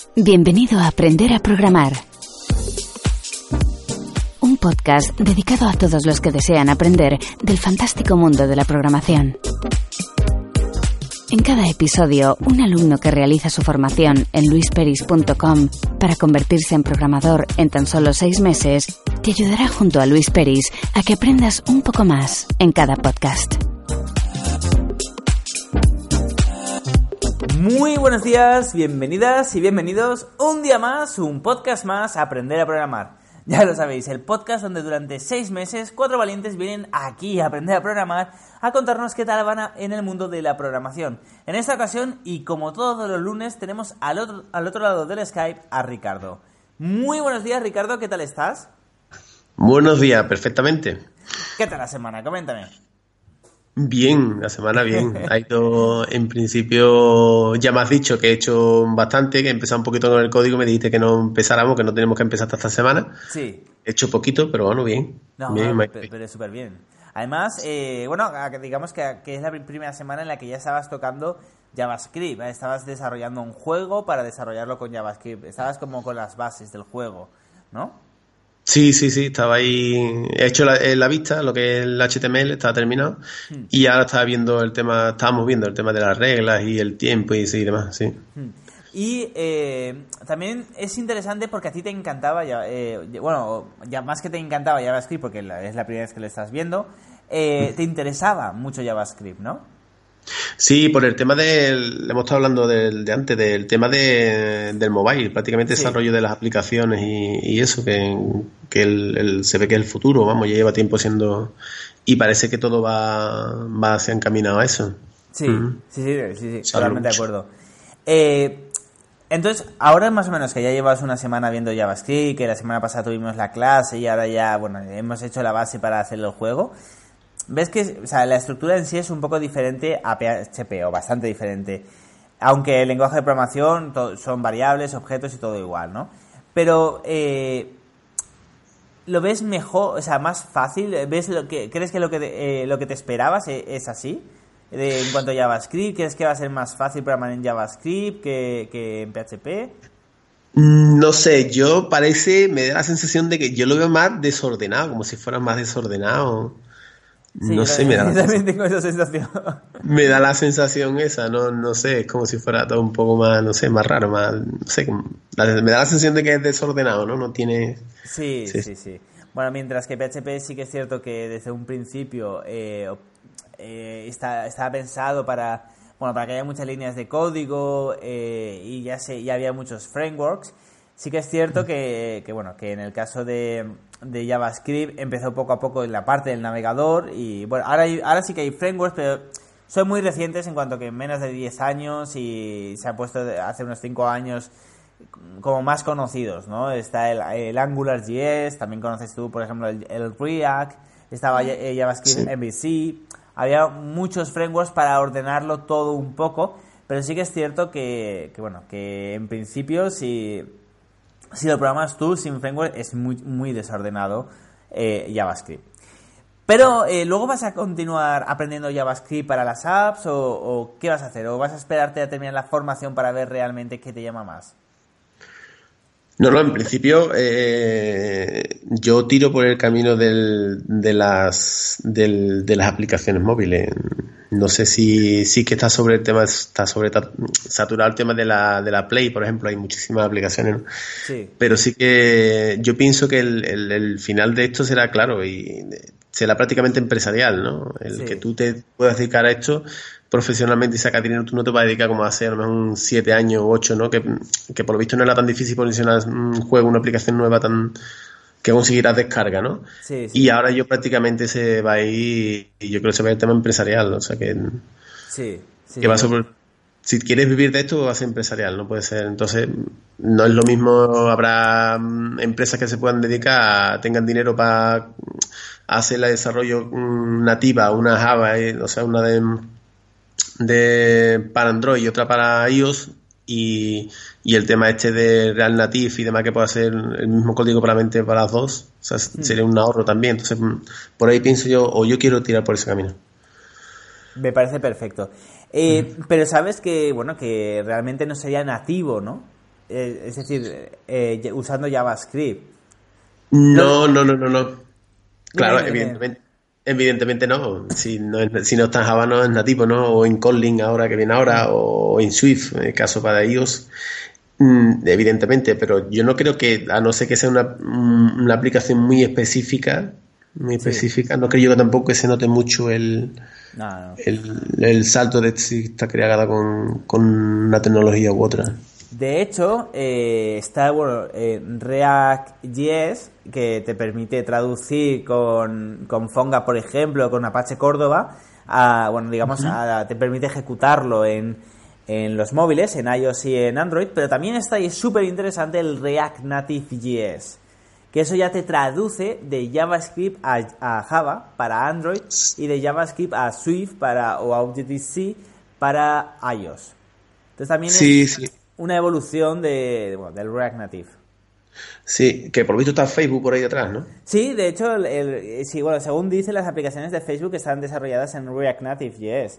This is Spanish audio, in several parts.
Bienvenido a Aprender a Programar. Un podcast dedicado a todos los que desean aprender del fantástico mundo de la programación. En cada episodio, un alumno que realiza su formación en luisperis.com para convertirse en programador en tan solo 6 meses, te ayudará junto a Luis Peris a que aprendas un poco más en cada podcast. Muy buenos días, bienvenidas y bienvenidos un día más, un podcast más, Aprender a Programar. Ya lo sabéis, el podcast donde durante 6 meses 4 valientes vienen aquí a aprender a programar, a contarnos qué tal van en el mundo de la programación. En esta ocasión, y como todos los lunes, tenemos al otro lado del Skype a Ricardo. Muy buenos días, Ricardo, ¿qué tal estás? Buenos días, perfectamente. ¿Qué tal la semana? Coméntame. Bien, la semana bien. Ha ido, en principio, ya me has dicho que he hecho bastante, que he empezado un poquito con el código, me dijiste que no empezáramos, que no tenemos que empezar hasta esta semana. Sí. He hecho poquito, pero bueno, bien. No, bien, pero súper bien. Además, digamos que es la primera semana en la que ya estabas tocando JavaScript, ¿eh? Estabas desarrollando un juego para desarrollarlo con JavaScript. Estabas como con las bases del juego, ¿no? Sí, estaba ahí, he hecho la vista, lo que es el HTML, estaba terminado, y ahora estábamos viendo el tema de las reglas y el tiempo y demás, sí. Y también es interesante porque a ti te encantaba, ya más que te encantaba JavaScript, porque es la primera vez que lo estás viendo, te interesaba mucho JavaScript, ¿no? Sí, por el tema hemos estado hablando de antes, del tema del mobile, prácticamente Sí. Desarrollo de las aplicaciones y eso, que se ve que es el futuro, vamos, ya lleva tiempo siendo, y parece que todo va hacia encaminado a eso. Sí, sí, totalmente de acuerdo. Entonces, ahora más o menos que ya llevas una semana viendo JavaScript, que la semana pasada tuvimos la clase y ahora ya, hemos hecho la base para hacer el juego. ¿Ves que, la estructura en sí es un poco diferente a PHP, o bastante diferente? Aunque el lenguaje de programación son variables, objetos y todo igual, ¿no? Pero, ¿lo ves mejor, más fácil? ¿Crees que lo que te esperabas es así? En cuanto a JavaScript, ¿crees que va a ser más fácil programar en JavaScript que en PHP? No sé, me da la sensación de que yo lo veo más desordenado, como si fuera más desordenado. Sí, no sé, me da también tengo esa sensación. Me da la sensación esa, no sé, es como si fuera todo un poco más, no sé, más raro, más, no sé, me da la sensación de que es desordenado, ¿no? No tiene... Sí. Bueno, mientras que PHP sí que es cierto que desde un principio estaba pensado para que haya muchas líneas de código y ya había muchos frameworks. Sí que es cierto que en el caso de JavaScript empezó poco a poco en la parte del navegador y ahora sí que hay frameworks, pero son muy recientes en cuanto que en menos de 10 años y se ha puesto hace unos 5 años como más conocidos, ¿no? Está el AngularJS, también conoces tú, por ejemplo, el React, estaba JavaScript MVC, había muchos frameworks para ordenarlo todo un poco, pero sí que es cierto que en principio si lo programas tú sin framework es muy, muy desordenado JavaScript. Pero ¿luego vas a continuar aprendiendo JavaScript para las apps o qué vas a hacer? ¿O vas a esperarte a terminar la formación para ver realmente qué te llama más? No, en principio yo tiro por el camino de las aplicaciones móviles. No sé si que está saturado el tema de la Play, por ejemplo, hay muchísimas aplicaciones, ¿no? Sí. Pero sí que yo pienso que el final de esto será claro y será prácticamente empresarial, ¿no? Sí. Que tú te puedas dedicar a esto profesionalmente y sacar dinero, tú no te vas a dedicar como a hacer a lo mejor un 7 años o 8, ¿no? Que por lo visto no era tan difícil posicionar un juego, una aplicación nueva que conseguirás descarga, ¿no? Sí. Y ahora yo prácticamente se va a ir, y yo creo que se va a ir el tema empresarial, ¿no? O sea que va sobre, si quieres vivir de esto va a ser empresarial, no puede ser, entonces no es lo mismo, habrá empresas que se puedan dedicar, tengan dinero para hacer el desarrollo nativa, una Java, o sea, una para Android y otra para iOS, y el tema de Real Native y demás, que pueda ser el mismo código para las dos, o sea, sería un ahorro también. Entonces por ahí pienso yo quiero tirar por ese camino. Me parece perfecto. Pero sabes que realmente no sería nativo, ¿no? es decir, usando JavaScript. No. Claro, evidentemente no. Si no está en Java no es nativo, ¿no? O en Kotlin ahora que viene ahora, o en Swift, en el caso para iOS. Evidentemente, pero yo no creo que, a no ser que sea una aplicación muy específica, no creo yo tampoco que se note mucho el salto de si está creada con una tecnología u otra. De hecho, está React.js, que te permite traducir con Fonga, por ejemplo, con Apache Córdoba, te permite ejecutarlo en los móviles, en iOS y en Android, pero también está ahí súper interesante el React Native.js, que eso ya te traduce de JavaScript a Java para Android y de JavaScript a Swift o a Objective-C para iOS. Entonces también es una evolución del React Native. Sí, que por lo visto está Facebook por ahí detrás, ¿no? Sí, de hecho, según dicen, las aplicaciones de Facebook están desarrolladas en React Native.js.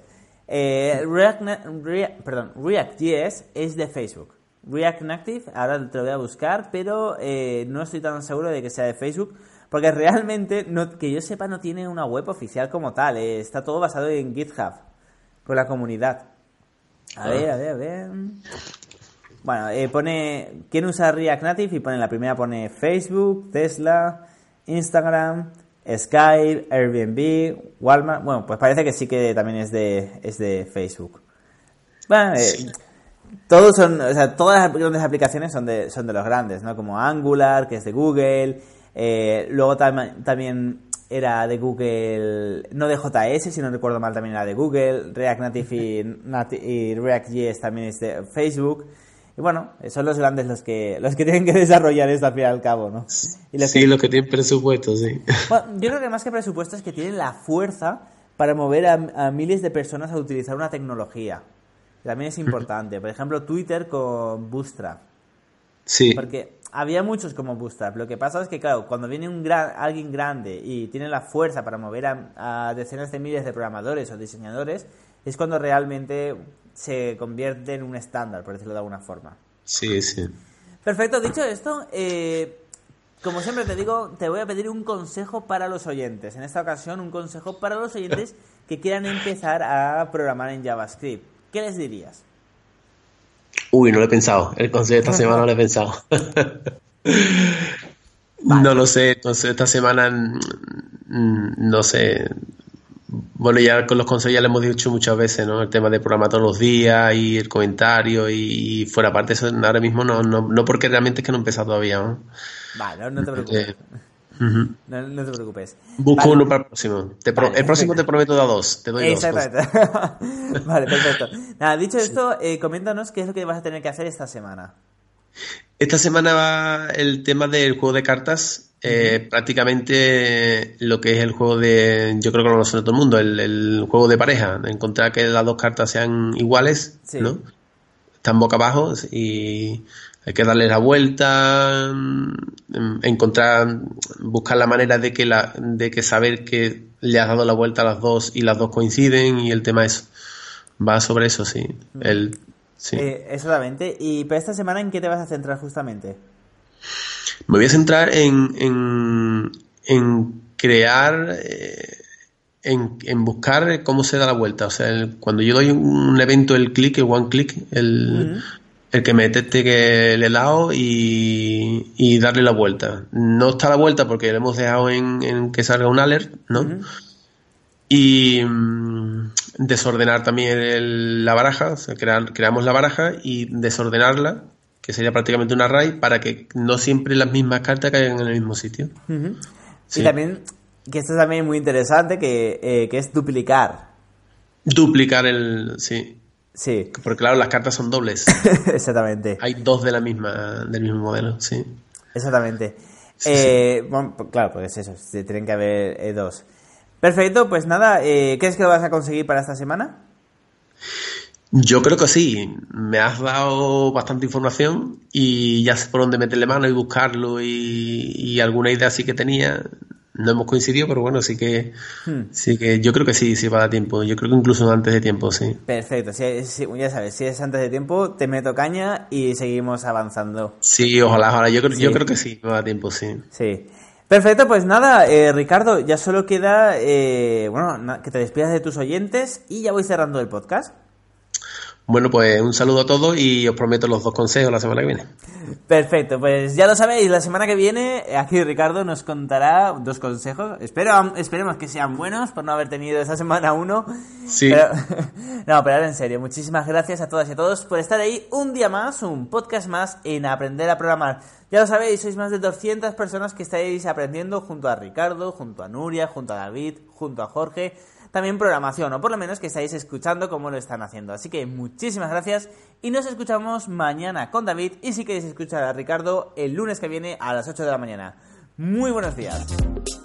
React.js es de Facebook. React Native, ahora te lo voy a buscar, pero no estoy tan seguro de que sea de Facebook, porque realmente, que yo sepa, no tiene una web oficial como tal. Está todo basado en GitHub, con la comunidad. A ver. Bueno, pone ¿quién usa React Native? Y pone la primera, pone Facebook, Tesla, Instagram, Skype, Airbnb, Walmart. Bueno, pues parece que sí que también es de Facebook. Bueno, todas las grandes aplicaciones son de los grandes, ¿no? Como Angular, que es de Google. Luego también era de Google, no de JS, si no recuerdo mal, también era de Google. React Native y React.js también es de Facebook. Y bueno, son los grandes los que tienen que desarrollar esto al fin y al cabo, ¿no? Y los que tienen presupuesto, sí. Bueno, yo creo que más que presupuesto es que tienen la fuerza para mover a miles de personas a utilizar una tecnología. También es importante. Por ejemplo, Twitter con Bootstrap. Sí. Porque había muchos como Bootstrap. Lo que pasa es que, claro, cuando viene alguien grande y tiene la fuerza para mover a decenas de miles de programadores o diseñadores, es cuando realmente se convierte en un estándar, por decirlo de alguna forma. Sí. Perfecto. Dicho esto, como siempre te digo, te voy a pedir un consejo para los oyentes. En esta ocasión, un consejo para los oyentes que quieran empezar a programar en JavaScript. ¿Qué les dirías? Uy, no lo he pensado. El consejo de esta semana no lo he pensado. Vale. No lo sé. Entonces, esta semana, no sé. Bueno, ya con los consejos ya lo hemos dicho muchas veces, ¿no? El tema de programar todos los días y el comentario y fuera parte de eso, ahora mismo no porque realmente es que no he empezado todavía, ¿no? Vale, no te preocupes. No te preocupes. Busco uno para el próximo. El próximo te prometo dar 2. Te doy 2. Exactamente. Vale, perfecto. Nada, dicho esto, coméntanos qué es lo que vas a tener que hacer esta semana. Esta semana va el tema del juego de cartas. Prácticamente lo que es el juego de, yo creo que lo conoce todo el mundo, el juego de pareja, encontrar que las dos cartas sean iguales, sí, ¿no? Están boca abajo y hay que darle la vuelta, buscar la manera de que saber que le has dado la vuelta a las dos y las dos coinciden, y el tema va sobre eso, sí. Sí. Exactamente. Y para esta semana, ¿en qué te vas a centrar justamente? Me voy a centrar en crear, en buscar cómo se da la vuelta. O sea, cuando yo doy un evento, el click, el one click, el que me detecte que le he dado y darle la vuelta. No está la vuelta porque le hemos dejado en que salga un alert, ¿no? Y desordenar también la baraja. O sea, creamos la baraja y desordenarla, que sería prácticamente un array, para que no siempre las mismas cartas caigan en el mismo sitio. Sí. Y también, que esto es también muy interesante, que es duplicar. Duplicar sí. Sí. Porque claro, las cartas son dobles. Exactamente. Hay dos del mismo modelo, sí. Exactamente. Sí. Bueno, claro, pues eso, tienen que haber dos. Perfecto, pues nada, ¿crees que lo vas a conseguir para esta semana? Yo creo que sí. Me has dado bastante información y ya sé por dónde meterle mano y buscarlo, y alguna idea sí que tenía. no hemos coincidido, pero bueno, sí que yo creo que sí va a dar tiempo. Yo creo que incluso antes de tiempo, sí. Perfecto, ya sabes, si es antes de tiempo, te meto caña y seguimos avanzando. Sí, ojalá. Yo creo que sí, va a dar tiempo, sí. Sí. Perfecto, pues nada, Ricardo, ya solo queda que te despidas de tus oyentes y ya voy cerrando el podcast. Bueno, pues un saludo a todos y os prometo los 2 consejos la semana que viene. Perfecto, pues ya lo sabéis, la semana que viene aquí Ricardo nos contará 2 consejos. Esperemos que sean buenos por no haber tenido esta semana uno. Sí. Pero ahora en serio, muchísimas gracias a todas y a todos por estar ahí un día más, un podcast más en Aprender a Programar. Ya lo sabéis, sois más de 200 personas que estáis aprendiendo junto a Ricardo, junto a Nuria, junto a David, junto a Jorge. También programación, o por lo menos que estáis escuchando cómo lo están haciendo. Así que muchísimas gracias y nos escuchamos mañana con David y si queréis escuchar a Ricardo el lunes que viene a las 8 de la mañana. Muy buenos días.